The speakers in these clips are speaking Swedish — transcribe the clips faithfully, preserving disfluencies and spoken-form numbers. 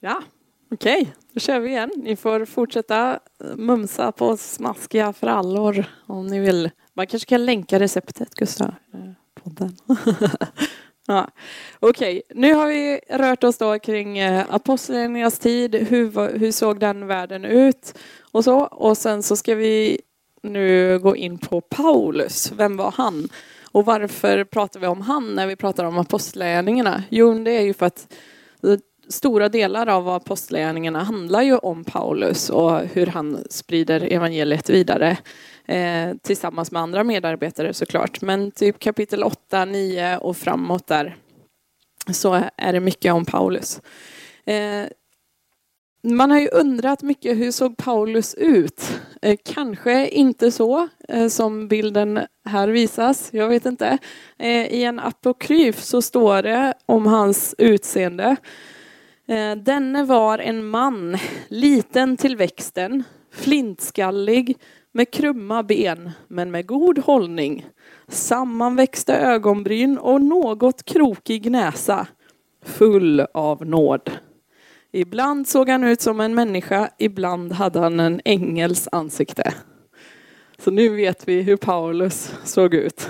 Ja, okej. Okay. Då kör vi igen. Ni får fortsätta mumsa på smaskiga frallor om ni vill. Man kanske kan länka receptet, Gustav. Podden. Ja. Okej, okay. Nu har vi rört oss då kring apostlagärningarnas tid. Hur, hur såg den världen ut? Och så. Och sen så ska vi nu gå in på Paulus. Vem var han? Och varför pratar vi om han när vi pratar om apostlagärningarna? Jo, det är ju för att stora delar av apostlagärningarna handlar ju om Paulus och hur han sprider evangeliet vidare eh, tillsammans med andra medarbetare såklart. Men typ kapitel åtta, nio och framåt där så är det mycket om Paulus. Eh, man har ju undrat mycket, hur såg Paulus ut? Eh, kanske inte så eh, som bilden här visas, jag vet inte. Eh, I en apokryf så står det om hans utseende. Denne var en man, liten till växten, flintskallig, med krumma ben, men med god hållning, sammanväxta ögonbryn och något krokig näsa, full av nåd. Ibland såg han ut som en människa, ibland hade han en ängels ansikte. Så nu vet vi hur Paulus såg ut.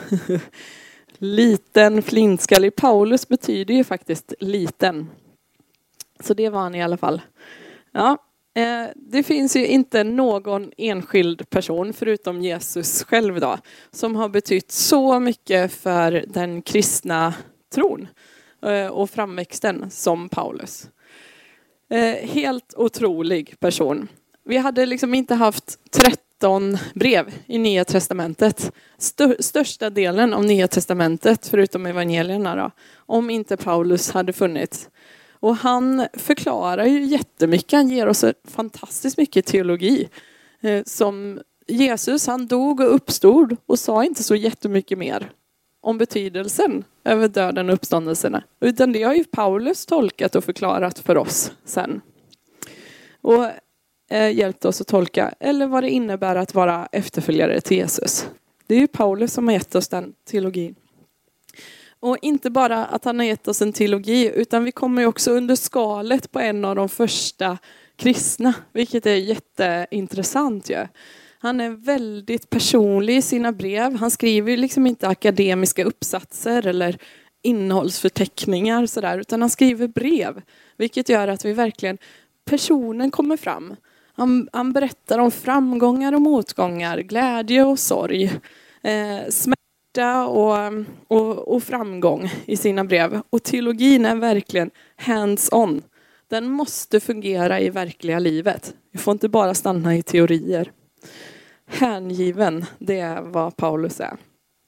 Liten, flintskallig. Paulus betyder ju faktiskt liten. Så det var han i alla fall. Ja, eh, det finns ju inte någon enskild person förutom Jesus själv då, som har betytt så mycket för den kristna tron eh, och framväxten som Paulus. Eh, helt otrolig person. Vi hade liksom inte haft tretton brev i Nya testamentet. Stör, största delen av Nya testamentet, förutom evangelierna då, om inte Paulus hade funnits. Och han förklarar ju jättemycket. Han ger oss fantastiskt mycket teologi. Eh, som Jesus, han dog och uppstod och sa inte så jättemycket mer om betydelsen över döden och uppståndelserna. Utan det har ju Paulus tolkat och förklarat för oss sen. Och eh, hjälpt oss att tolka. Eller vad det innebär att vara efterföljare till Jesus. Det är ju Paulus som har gett oss den teologin. Och inte bara att han har gett oss en teologi, utan vi kommer ju också under skalet på en av de första kristna, vilket är jätteintressant ju. Han är väldigt personlig i sina brev. Han skriver liksom inte akademiska uppsatser eller innehållsförteckningar sådär, utan han skriver brev, vilket gör att vi verkligen, personen kommer fram. Han, han berättar om framgångar och motgångar, glädje och sorg, eh, Och, och, och framgång i sina brev. Och teologin är verkligen hands-on. Den måste fungera i verkliga livet. Vi får inte bara stanna i teorier. Hängiven, det är vad Paulus är.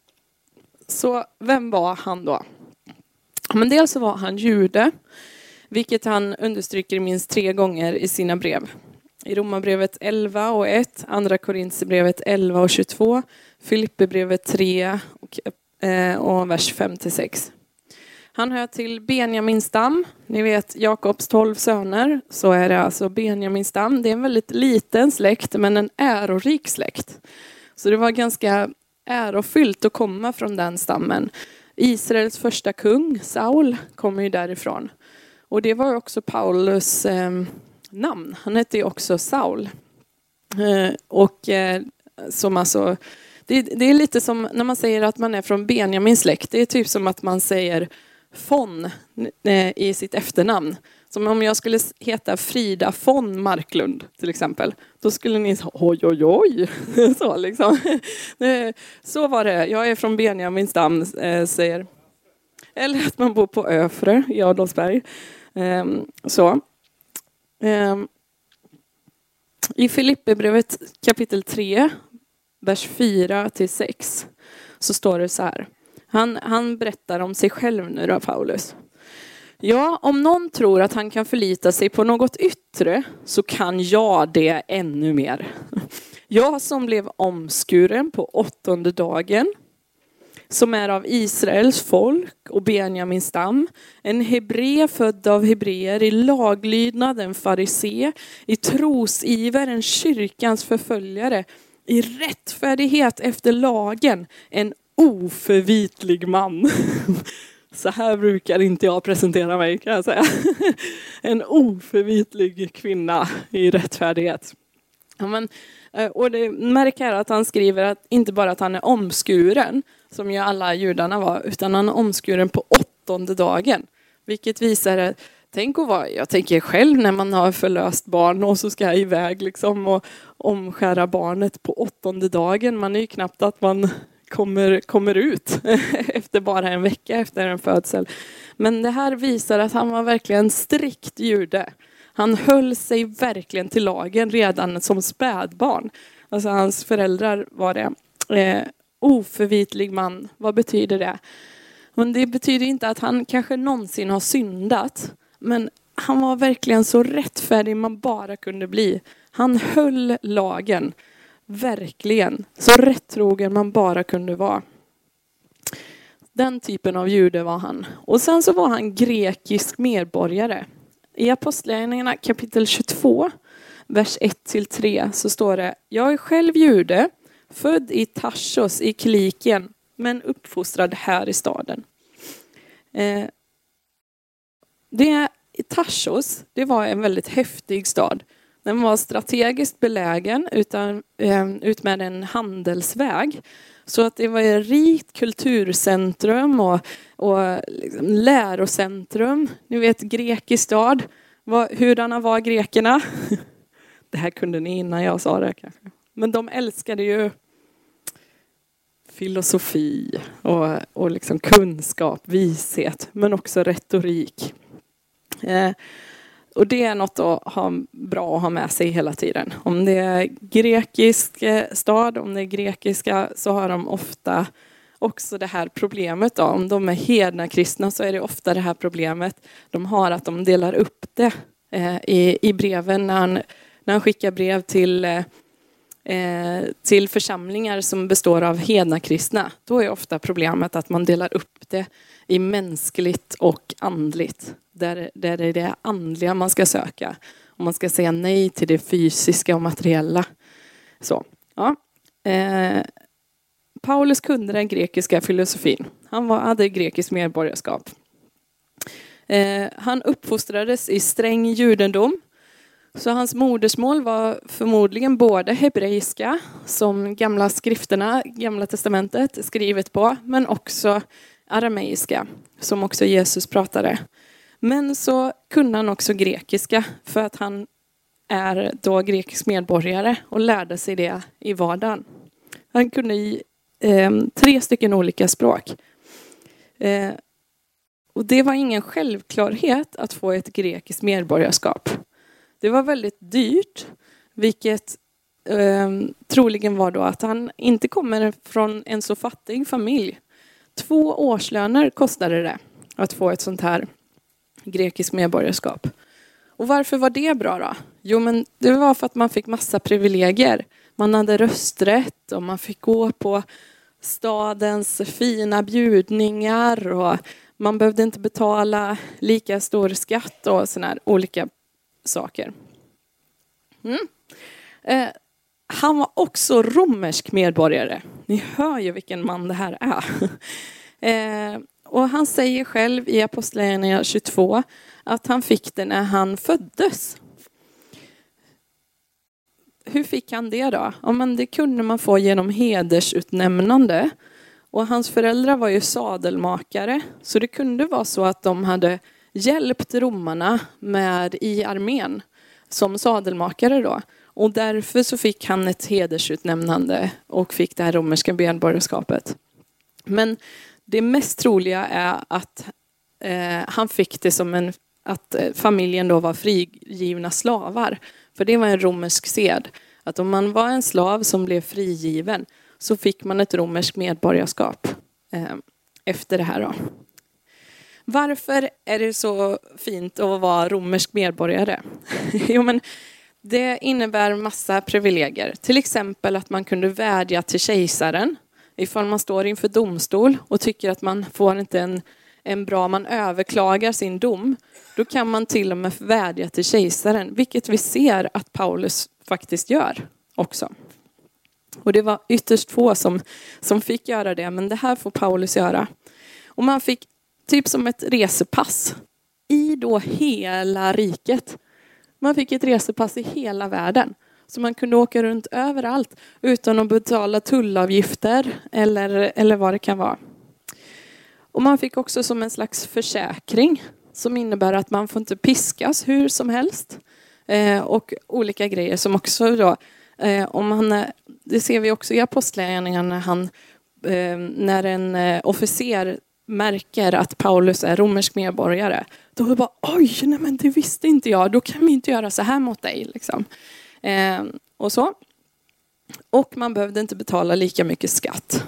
Så vem var han då? Men dels så var han jude, vilket han understryker minst tre gånger i sina brev. I Romarbrevet elva och ett, Andra Korinthierbrevet elva och tjugotvå, Filipperbrevet tre och, eh, och vers fem till sex. Han hör till Benjamins stam. Ni vet Jakobs tolv söner, så är det alltså Benjamins stam. Det är en väldigt liten släkt, men en ärorik släkt. Så det var ganska ärofyllt att komma från den stammen. Israels första kung, Saul, kommer ju därifrån. Och det var också Paulus eh, namn. Han hette ju också Saul. Eh, och eh, som alltså, det, det är lite som när man säger att man är från Benjamins släkt. Det är typ som att man säger von eh, i sitt efternamn. Som om jag skulle heta Frida von Marklund till exempel. Då skulle ni säga oj oj oj. Så liksom. Så var det. Jag är från Benjamins stam, eh, säger. Eller att man bor på Öfre i Adolfsberg. Eh, så. Eh, I Filipperbrevet kapitel tre, vers fyra till sex, så står det så här. Han, han berättar om sig själv nu då, Paulus. Ja, om någon tror att han kan förlita sig på något yttre, så kan jag det ännu mer. Jag som blev omskuren på åttonde dagen, som är av Israels folk och Benjamins stam, en hebré född av hebreer, i laglydnad en farisé, i trosiver en kyrkans förföljare, i rättfärdighet efter lagen en oförvitlig man. Så här brukar inte jag presentera mig, kan jag säga. En oförvitlig kvinna i rättfärdighet. Ja, men, och det märker att han skriver att inte bara att han är omskuren, som ju alla judarna var, utan han är omskuren på åttonde dagen. Vilket visar att, tänk att vara, jag tänker själv när man har förlöst barn och så ska jag iväg liksom och omskära barnet på åttonde dagen. Man är ju knappt att man kommer, kommer ut efter bara en vecka efter en födsel. Men det här visar att han var verkligen strikt jude. Han höll sig verkligen till lagen redan som spädbarn. Alltså hans föräldrar var det. Eh, oförvitlig man, vad betyder det? Men det betyder inte att han kanske någonsin har syndat. Men han var verkligen så rättfärdig man bara kunde bli. Han höll lagen. Verkligen. Så rättrogen man bara kunde vara. Den typen av jude var han. Och sen så var han grekisk medborgare. I Apostlagärningarna kapitel tjugotvå, vers ett till tre så står det: Jag är själv jude, född i Tarsos i Kilikien, men uppfostrad här i staden. Eh, det, Tarsos, det var en väldigt häftig stad. Den var strategiskt belägen utan, eh, ut med en handelsväg. Så att det var ett rikt kulturcentrum och, och liksom lärocentrum. Ni vet, grekisk stad. Hurdana var grekerna? Det här kunde ni innan jag sa det kanske. Men de älskade ju filosofi och, och liksom kunskap, vishet. Men också retorik. Eh, och det är något att ha bra att ha med sig hela tiden. Om det är grekisk stad, om det är grekiska, så har de ofta också det här problemet. Då. Om de är hedna kristna så är det ofta det här problemet de har, att de delar upp det eh, i, i breven. När han, när han skickar brev till, eh, till församlingar som består av hedna kristna, då är ofta problemet att man delar upp det i mänskligt och andligt. Där, där är det andliga man ska söka. Och man ska säga nej till det fysiska och materiella. Så, ja. Eh, Paulus kunde den grekiska filosofin. Han var, hade grekisk medborgarskap. Eh, han uppfostrades i sträng judendom. Så hans modersmål var förmodligen både hebreiska, som gamla skrifterna, gamla testamentet, skrivet på. Men också arameiska, som också Jesus pratade. Men så kunde han också grekiska för att han är då grekisk medborgare och lärde sig det i vardagen. Han kunde i eh, tre stycken olika språk. Eh, och det var ingen självklarhet att få ett grekiskt medborgarskap. Det var väldigt dyrt, vilket eh, troligen var då att han inte kommer från en så fattig familj. Två årslöner kostade det att få ett sånt här grekiskt medborgarskap. Och varför var det bra då? Jo, men det var för att man fick massa privilegier. Man hade rösträtt och man fick gå på stadens fina bjudningar och man behövde inte betala lika stor skatt och såna här olika saker. Mm. Eh, han var också romersk medborgare. Ni hör ju vilken man det här är. eh, och han säger själv i Apostlagärningarna tjugotvå att han fick det när han föddes. Hur fick han det då? Ja, men det kunde man få genom hedersutnämnande. Och hans föräldrar var ju sadelmakare. Så det kunde vara så att de hade hjälpt romarna med i armén som sadelmakare då. Och därför så fick han ett hedersutnämnande och fick det här romerska medborgarskapet. Men det mest troliga är att eh, han fick det som en, att familjen då var frigivna slavar. För det var en romersk sed. Att om man var en slav som blev frigiven så fick man ett romerskt medborgarskap eh, efter det här då. Varför är det så fint att vara romersk medborgare? Jo, men det innebär massa privilegier. Till exempel att man kunde vädja till kejsaren ifall man står inför domstol och tycker att man får inte en, en bra, man överklagar sin dom. Då kan man till och med vädja till kejsaren, vilket vi ser att Paulus faktiskt gör också. Och det var ytterst få som, som fick göra det, men det här får Paulus göra. Och man fick typ som ett resepass i då hela riket. Man fick ett resepass i hela världen. Så man kunde åka runt överallt utan att betala tullavgifter eller, eller vad det kan vara. Och man fick också som en slags försäkring som innebär att man får inte piskas hur som helst. Eh, och olika grejer som också då, eh, om man, det ser vi också i apostlagärningarna när han, eh, när en eh, officer märker att Paulus är romersk medborgare. Då är det bara, oj, nej men det visste inte jag, då kan vi inte göra så här mot dig. Liksom. Eh, och så. Och man behövde inte betala lika mycket skatt.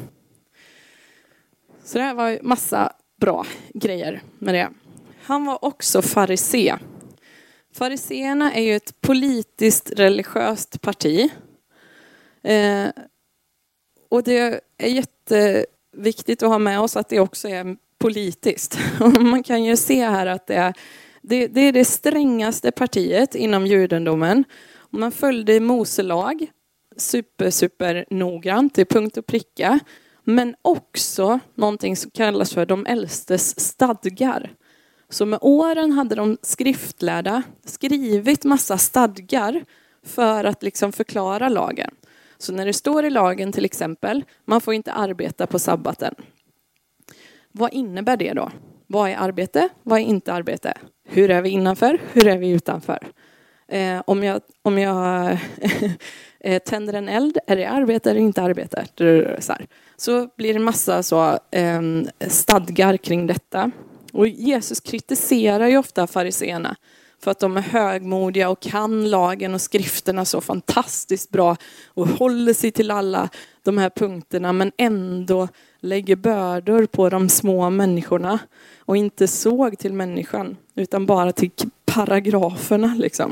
Så det här var massa bra grejer med det. Han var också farisé. Fariséerna är ju ett politiskt religiöst parti. Eh, och det är jätteviktigt att ha med oss att det också är politiskt. Man kan ju se här att det är det, det, är det strängaste partiet inom judendomen. Man följde Mose lag super, super noggrant till punkt och pricka. Men också någonting som kallas för de äldstes stadgar. Så med åren hade de skriftlärda skrivit massa stadgar för att liksom förklara lagen. Så när det står i lagen till exempel, man får inte arbeta på sabbaten. Vad innebär det då? Vad är arbete? Vad är inte arbete? Hur är vi innanför? Hur är vi utanför? Eh, om jag, om jag tänder en eld, är det arbete eller inte arbete? Så, här. Så blir det massa så, eh, stadgar kring detta. Och Jesus kritiserar ju ofta fariséerna för att de är högmodiga och kan lagen och skrifterna så fantastiskt bra och håller sig till alla de här punkterna men ändå lägger bördor på de små människorna och inte såg till människan utan bara till paragraferna liksom.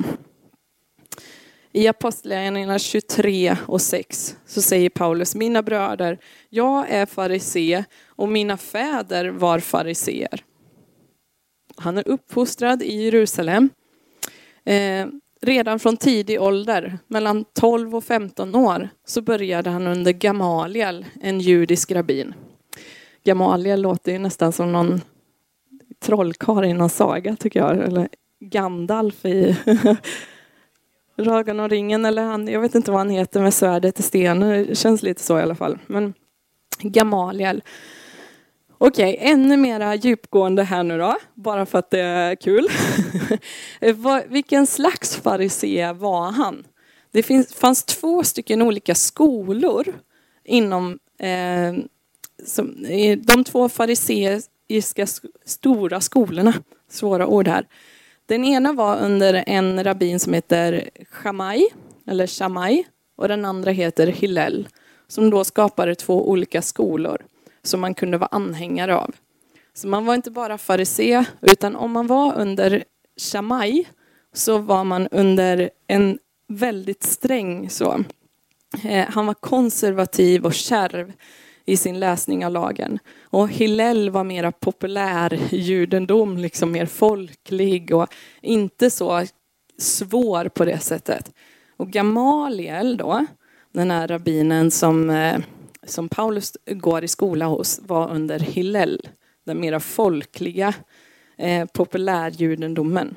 I Apostlagärningarna tjugotre och sex så säger Paulus, mina bröder, jag är farisé och mina fäder var fariséer. Han är uppfostrad i Jerusalem. Eh, redan från tidig ålder, mellan tolv och femton år, så började han under Gamaliel, en judisk rabbin. Gamaliel låter ju nästan som någon trollkarl i någon saga tycker jag. Eller Gandalf i Sagan om ringen. Eller han, jag vet inte vad han heter med svärdet i stenen. Det känns lite så i alla fall. Men Gamaliel. Okej, okay, ännu mera djupgående här nu då. Bara för att det är kul. Vilken slags farisé var han? Det finns, fanns två stycken olika skolor inom eh, som, de två fariseiska stora skolorna. Svåra ord här. Den ena var under en rabbin som heter Shammai, eller Shammai, och den andra heter Hillel, som då skapade två olika skolor som man kunde vara anhängare av. Så man var inte bara farisé, utan om man var under Shammai så var man under en väldigt sträng så. Eh, han var konservativ och kärv i sin läsning av lagen. Och Hillel var mera populär judendom, liksom mer folklig och inte så svår på det sättet. Och Gamaliel då, den här rabbinen som, eh, som Paulus går i skola hos, var under Hillel, den mera folkliga eh, populärjudendomen.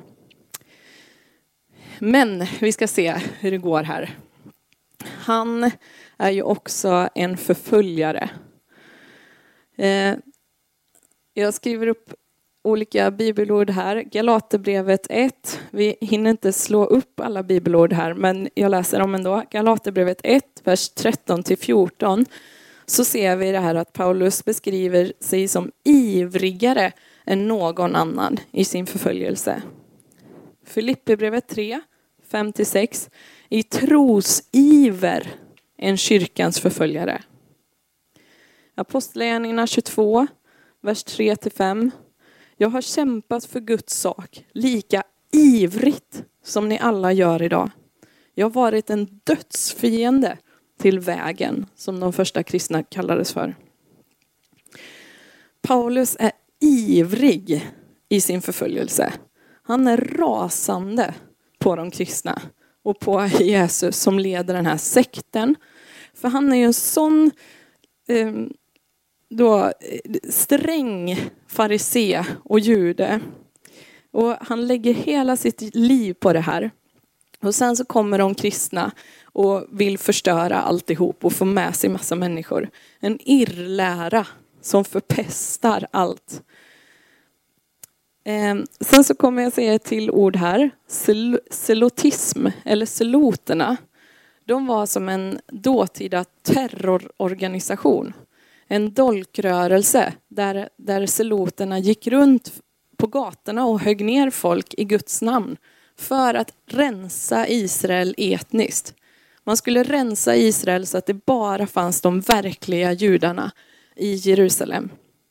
Men vi ska se hur det går här. Han är ju också en förföljare. Eh, jag skriver upp olika bibelord här. Galaterbrevet ett. Vi hinner inte slå upp alla bibelord här, men jag läser dem ändå. Galaterbrevet ett, vers tretton till fjorton. Så ser vi det här att Paulus beskriver sig som ivrigare än någon annan i sin förföljelse. Filipperbrevet tre, fem till sex. I trosiver en kyrkans förföljare. Apostlagärningarna tjugotvå, vers tre till fem. Jag har kämpat för Guds sak lika ivrigt som ni alla gör idag. Jag har varit en dödsfiende till vägen, som de första kristna kallades för. Paulus är ivrig i sin förföljelse. Han är rasande på de kristna och på Jesus som leder den här sekten. För han är ju en sån eh, då sträng farisé och jude. Och han lägger hela sitt liv på det här. Och sen så kommer de kristna och vill förstöra alltihop och få med sig massa människor. En irrlära som förpestar allt. Eh, sen så kommer jag säga ett till ord här. Sel- selotism, eller seloterna. De var som en dåtida terrororganisation. En dolkrörelse där, där seloterna gick runt på gatorna och högg ner folk i Guds namn. För att rensa Israel etniskt. Man skulle rensa Israel så att det bara fanns de verkliga judarna i Jerusalem.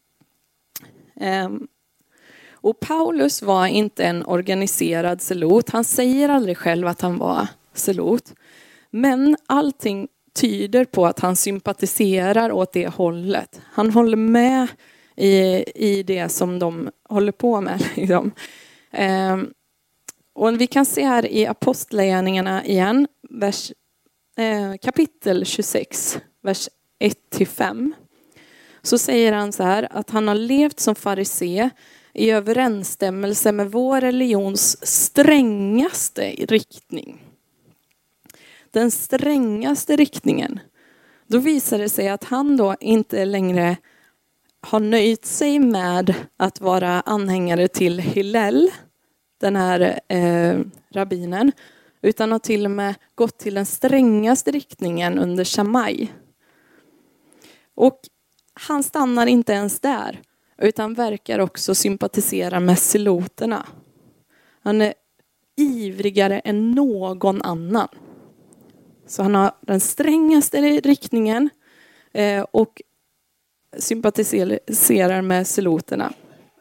Um, och Paulus var inte en organiserad selot. Han säger aldrig själv att han var selot. Men allting tyder på att han sympatiserar åt det hållet. Han håller med i, i det som de håller på med. Liksom. Um, och vi kan se här i Apostlagärningarna igen, vers, eh, kapitel tjugosex, vers ett till fem. Så säger han så här att han har levt som farisé i överensstämmelse med vår religions strängaste riktning. Den strängaste riktningen. Då visar det sig att han då inte längre har nöjt sig med att vara anhängare till Hillel, den här eh, rabbinen, utan har till och med gått till den strängaste riktningen under Shammai. Och han stannar inte ens där, utan verkar också sympatisera med seloterna. Han är ivrigare än någon annan. Så han har den strängaste riktningen eh, och sympatiserar med seloterna.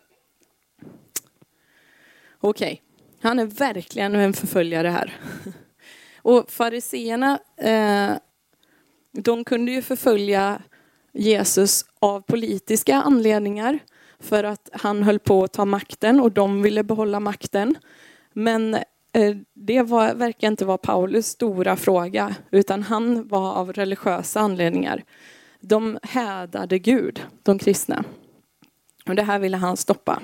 Okej, okay. Han är verkligen en förföljare här. Och fariseerna, eh, de kunde ju förfölja Jesus av politiska anledningar. För att han höll på att ta makten och de ville behålla makten. Men eh, det var, verkar inte vara Paulus stora fråga. Utan han var av religiösa anledningar. De hädade Gud, de kristna. Och det här ville han stoppa.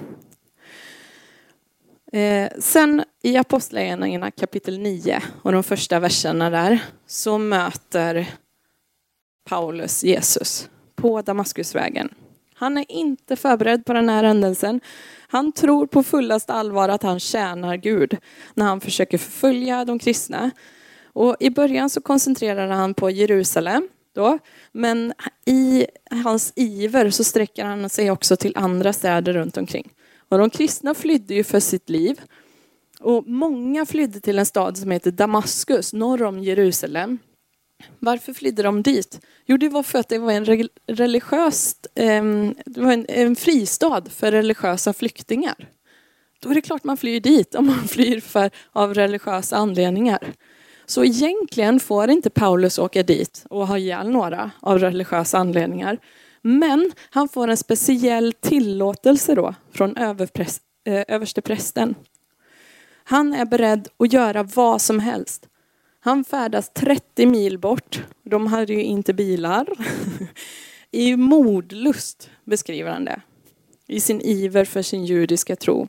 Eh, sen i Apostlagärningarna kapitel nio och de första verserna där så möter Paulus Jesus på Damaskusvägen. Han är inte förberedd på den här händelsen. Han tror på fullast allvar att han tjänar Gud när han försöker förfölja de kristna. Och i början så koncentrerar han på Jerusalem då, men i hans iver så sträcker han sig också till andra städer runt omkring. Och de kristna flydde ju för sitt liv. Och många flydde till en stad som heter Damaskus, norr om Jerusalem. Varför flydde de dit? Jo, det var för att det var en religiöst, eh, det var en, en fristad för religiösa flyktingar. Då är det klart man flyr dit om man flyr för, av religiösa anledningar. Så egentligen får inte Paulus åka dit och ha ihjäl några av religiösa anledningar. Men han får en speciell tillåtelse då från överpräst, eh, översteprästen. Han är beredd att göra vad som helst. Han färdas trettio mil bort. De hade ju inte bilar. I mordlust beskriver han det. I sin iver för sin judiska tro.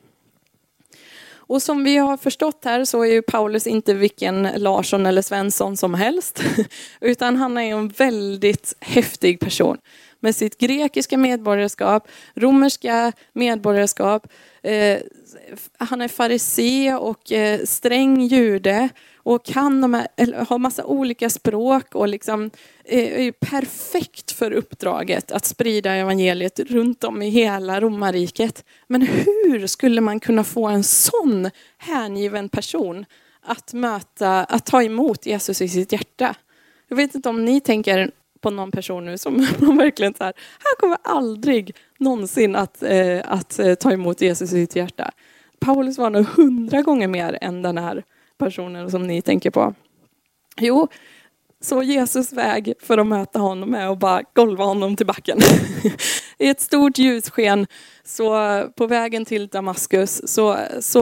Och som vi har förstått här så är ju Paulus inte vilken Larsson eller Svensson som helst. Utan han är en väldigt häftig person. Med sitt grekiska medborgarskap, romerska medborgarskap. Eh, han är farisé och eh, sträng jude. Och kan de här, ha massa olika språk och liksom eh, är perfekt för uppdraget att sprida evangeliet runt om i hela romarriket. Men hur skulle man kunna få en sån hängiven person att möta, att ta emot Jesus i sitt hjärta? Jag vet inte om ni tänker på någon person nu som man verkligen så här, han kommer aldrig någonsin att, eh, att eh, ta emot Jesus i sitt hjärta. Paulus var nog hundra gånger mer än den här personen som ni tänker på. Jo, så Jesus väg för att möta honom är att bara golva honom till backen. I ett stort ljussken så på vägen till Damaskus så, så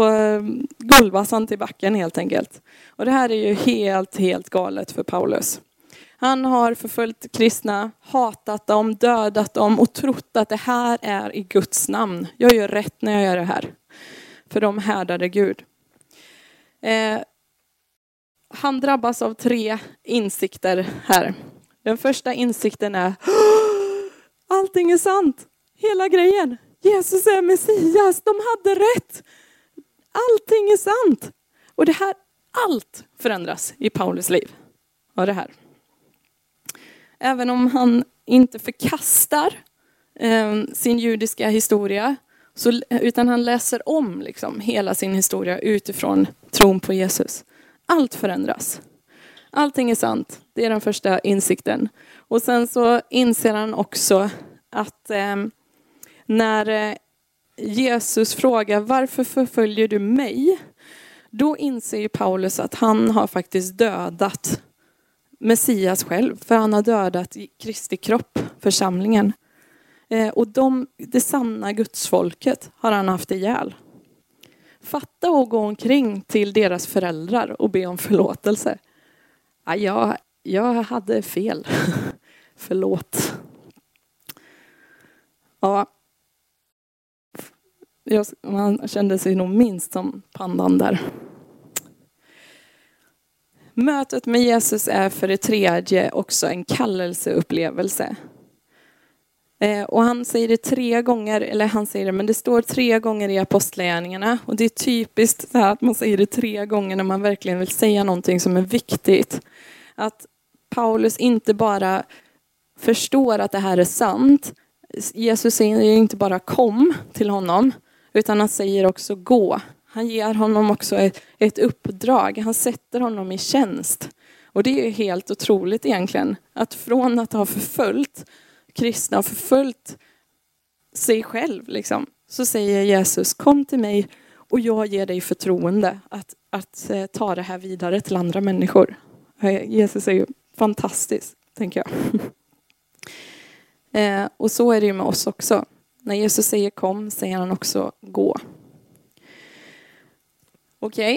golvas han till backen helt enkelt. Och det här är ju helt, helt galet för Paulus. Han har förföljt kristna, hatat dem, dödat dem och trott att det här är i Guds namn. Jag gör rätt när jag gör det här. För de härdade Gud. Eh, han drabbas av tre insikter här. Den första insikten är: allting är sant. Hela grejen. Jesus är Messias. De hade rätt. Allting är sant. Och det här, allt förändras i Paulus liv. av det här. Även om han inte förkastar eh, sin judiska historia, så, utan han läser om liksom, hela sin historia utifrån tron på Jesus. Allt förändras. Allting är sant. Det är den första insikten. Och sen så inser han också att eh, när Jesus frågar varför förföljer du mig? Då inser ju Paulus att han har faktiskt dödat Messias själv. För han har dödat Kristi kropp, församlingen. Eh, och de, det sanna gudsfolket har han haft ihjäl. Fatta och gå omkring till deras föräldrar och be om förlåtelse. Ja, jag, jag hade fel. Förlåt. Ja. Jag, man kände sig nog minst som pandan där. Mötet med Jesus är för det tredje också en kallelseupplevelse. Eh, och han säger det tre gånger, eller han säger det, men det står tre gånger i apostlagärningarna. Och det är typiskt så här att man säger det tre gånger när man verkligen vill säga någonting som är viktigt. Att Paulus inte bara förstår att det här är sant. Jesus säger inte bara kom till honom, utan han säger också gå. Han ger honom också ett, ett uppdrag. Han sätter honom i tjänst. Och det är helt otroligt egentligen. Att från att ha förföljt kristna och förföljt sig själv liksom, så säger Jesus, kom till mig och jag ger dig förtroende att, att eh, ta det här vidare till andra människor. Jesus är ju fantastisk, tänker jag. eh, och så är det ju med oss också. När Jesus säger kom, säger han också gå. Okej. Okay.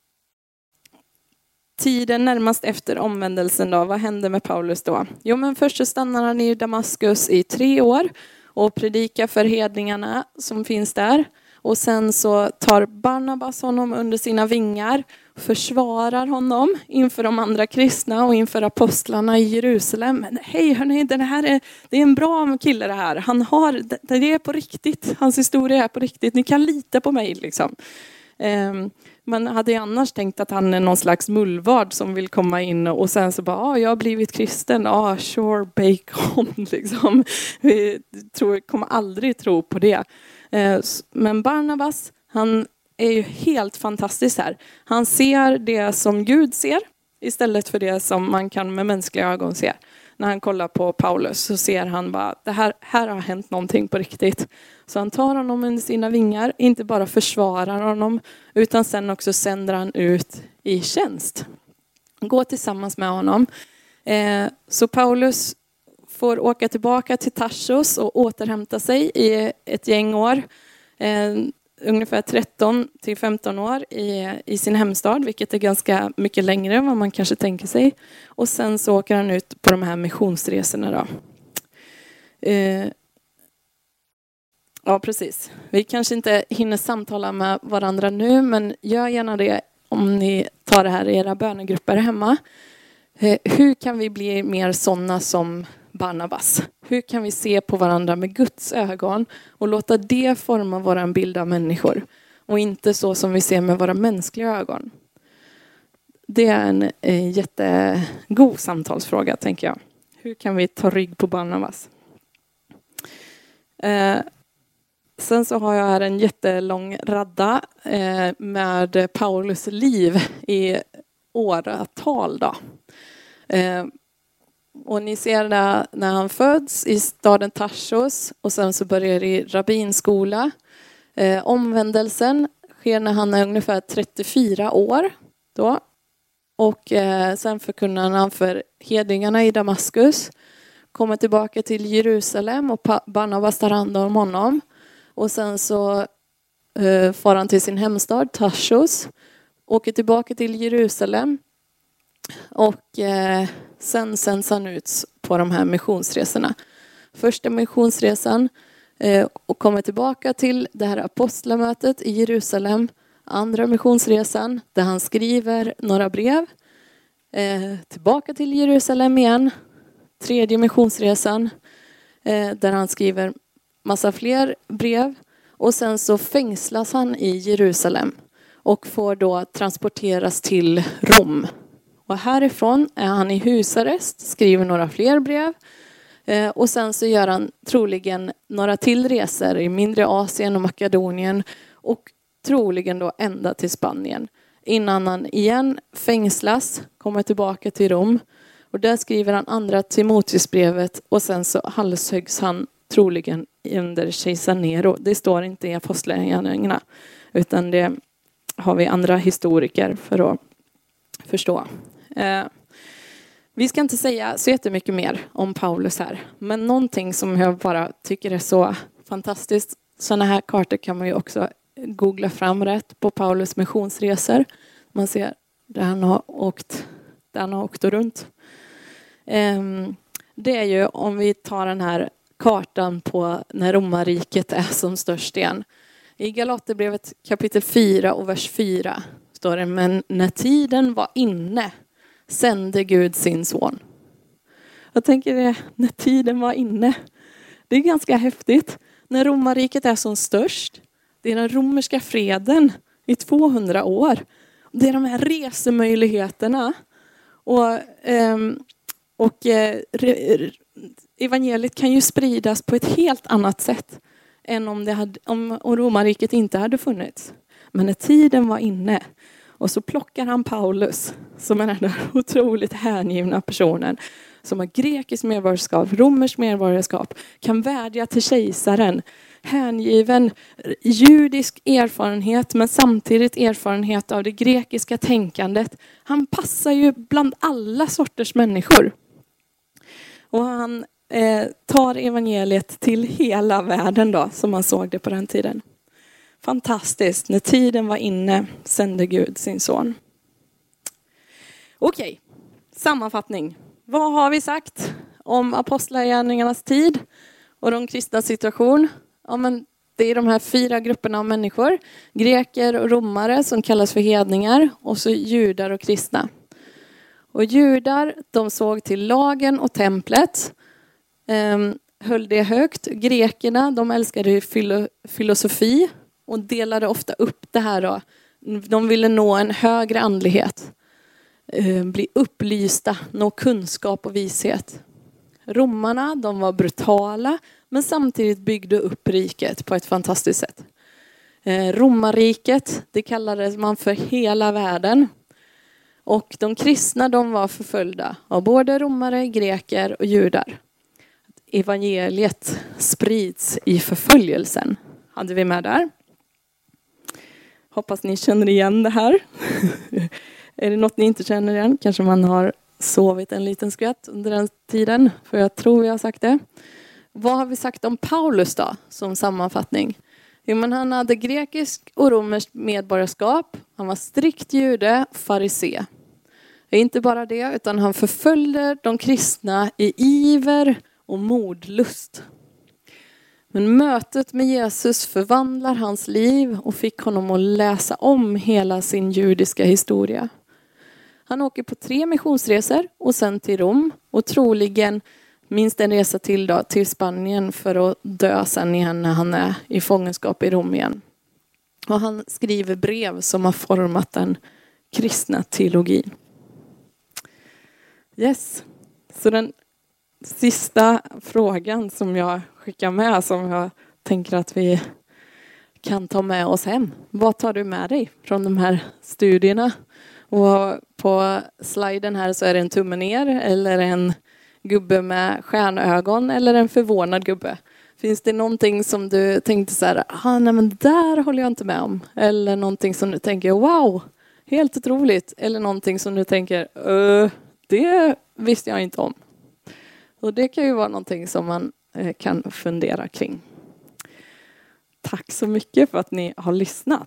Tiden närmast efter omvändelsen då, vad hände med Paulus då? Jo, men först så stannar han i Damaskus i tre år och predikar för hedningarna som finns där. Och sen så tar Barnabas honom under sina vingar, försvarar honom inför de andra kristna och inför apostlarna i Jerusalem. Men hej hörni, den här är, det är en bra kille det här. Han har, det är på riktigt, hans historia är på riktigt. Ni kan lita på mig liksom. Um, Man hade ju annars tänkt att han är någon slags mullvad som vill komma in och sen så bara, ah, jag har blivit kristen, ah, sure, bacon, liksom. Vi tror, kommer aldrig tro på det. Men Barnabas, han är ju helt fantastisk här. Han ser det som Gud ser istället för det som man kan med mänskliga ögon se. När han kollar på Paulus så ser han bara, det här, här har hänt någonting på riktigt. Så han tar honom under sina vingar, inte bara försvarar honom, utan sen också sänder han ut i tjänst. Gå tillsammans med honom. Eh, så Paulus får åka tillbaka till Tarsus och återhämta sig i ett gäng år. Eh, ungefär tretton till femton år i, i sin hemstad, vilket är ganska mycket längre än vad man kanske tänker sig. Och sen så åker han ut på de här missionsresorna då. Eh, ja, precis. Vi kanske inte hinner samtala med varandra nu, men gör gärna det om ni tar det här i era bönegrupper hemma. Eh, hur kan vi bli mer sådana som Barnabas? Hur kan vi se på varandra med Guds ögon och låta det forma våran bild av människor och inte så som vi ser med våra mänskliga ögon? Det är en eh, jättegod samtalsfråga, tänker jag. Hur kan vi ta rygg på Barnabas? Eh, sen så har jag här en jättelång radda eh, med Paulus liv i åratal då. Eh, Och ni ser där när han föds i staden Tarsus och sen så börjar det i rabbinskola. Eh, omvändelsen sker när han är ungefär trettiofyra år då. Och eh, sen förkunnar han för hedningarna i Damaskus. Kommer tillbaka till Jerusalem och Barnabas tar hand om honom. Och sen så eh, far han till sin hemstad Tarsus. Åker tillbaka till Jerusalem. Och eh, sen sänds han ut på de här missionsresorna. Första missionsresan eh, och kommer tillbaka till det här apostlamötet i Jerusalem. Andra missionsresan där han skriver några brev. Eh, tillbaka till Jerusalem igen. Tredje missionsresan eh, där han skriver massa fler brev. Och sen så fängslas han i Jerusalem och får då transporteras till Rom. Och härifrån är han i husarrest, skriver några fler brev. Eh, och sen så gör han troligen några till resor i mindre Asien och Makedonien. Och troligen då ända till Spanien. Innan han igen fängslas, kommer tillbaka till Rom. Och där skriver han andra Timoteusbrevet och sen så halshöggs han troligen under kejsar Nero. Det står inte i apostlagärningarna utan det har vi andra historiker för att förstå. Eh, vi ska inte säga så jättemycket mer om Paulus här. Men någonting som jag bara tycker är så fantastiskt. Sådana här kartor kan man ju också googla fram rätt på Paulus missionsresor. Man ser där han har åkt, där han har åkt runt. Eh, det är ju om vi tar den här kartan på när romarriket är som störst igen. I Galaterbrevet kapitel fyra och vers fyra står det: men när tiden var inne sände Gud sin son. Jag tänker det, när tiden var inne. Det är ganska häftigt. När romarriket är som störst. Det är den romerska freden i tvåhundra år. Det är de här resemöjligheterna. Och, och evangeliet kan ju spridas på ett helt annat sätt än om, det hade, om romarriket inte hade funnits. Men när tiden var inne och så plockar han Paulus som är den där otroligt hängivna personen som har grekiskt medborgarskap, romerskt medborgarskap, kan vädja till kejsaren, hängiven judisk erfarenhet men samtidigt erfarenhet av det grekiska tänkandet. Han passar ju bland alla sorters människor. Och han eh, tar evangeliet till hela världen då, som man såg det på den tiden. Fantastiskt. När tiden var inne sände Gud sin son. Okej, sammanfattning. Vad har vi sagt om apostlagärningarnas tid och de kristna situation? Ja, men det är de här fyra grupperna av människor. Greker och romare som kallas för hedningar och så judar och kristna. Och judar, de såg till lagen och templet. Um, höll det högt. Grekerna, de älskade filo- filosofi och delade ofta upp det här då. De ville nå en högre andlighet. Uh, bli upplysta, nå kunskap och vishet. Romarna, de var brutala men samtidigt byggde upp riket på ett fantastiskt sätt. Uh, Romarriket, det kallades man för hela världen. Och de kristna, de var förföljda av både romare, greker och judar. Evangeliet sprids i förföljelsen. Hade vi med där. Hoppas ni känner igen det här. Är det något ni inte känner igen? Kanske man har sovit en liten skvätt under den tiden. För jag tror vi har sagt det. Vad har vi sagt om Paulus då som sammanfattning? Jo, men han hade grekisk och romerskt medborgarskap. Han var strikt jude, farisé. Inte bara det, utan han förföljde de kristna i iver och mordlust. Men mötet med Jesus förvandlar hans liv och fick honom att läsa om hela sin judiska historia. Han åker på tre missionsresor och sen till Rom och troligen minst en resa till då, till Spanien för att dö sen igen när han är i fångenskap i Rom igen. Och han skriver brev som har format den kristna teologin. Yes, så den sista frågan som jag skickar med, som jag tänker att vi kan ta med oss hem. Vad tar du med dig från de här studierna? Och på sliden här så är det en tumme ner eller en gubbe med stjärnögon eller en förvånad gubbe. Finns det någonting som du tänkte så här, ah, nej men där håller jag inte med om? Eller någonting som du tänker, wow, helt otroligt. Eller någonting som du tänker, uh, det visste jag inte om. Och det kan ju vara någonting som man eh, kan fundera kring. Tack så mycket för att ni har lyssnat.